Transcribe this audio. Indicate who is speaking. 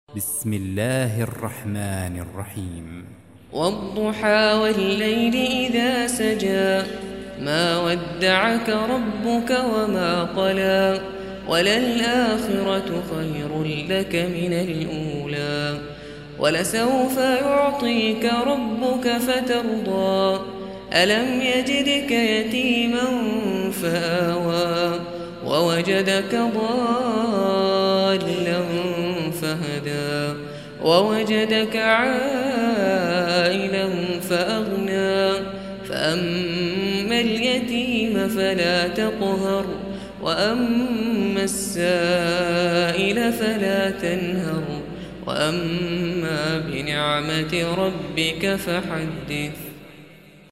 Speaker 1: بسم الله الرحمن الرحيم.
Speaker 2: والضحى والليل إذا سجى ما ودعك ربك وما قلى وللآخرة خير لك من الأولى ولسوف يعطيك ربك فترضى ألم يجدك يتيما فآوى ووجدك ضالا فهدى ووجدك عائلا فأغنى فأما اليتيم فلا تقهر وأما السائل فلا تنهر وأما بنعمة ربك فحدث.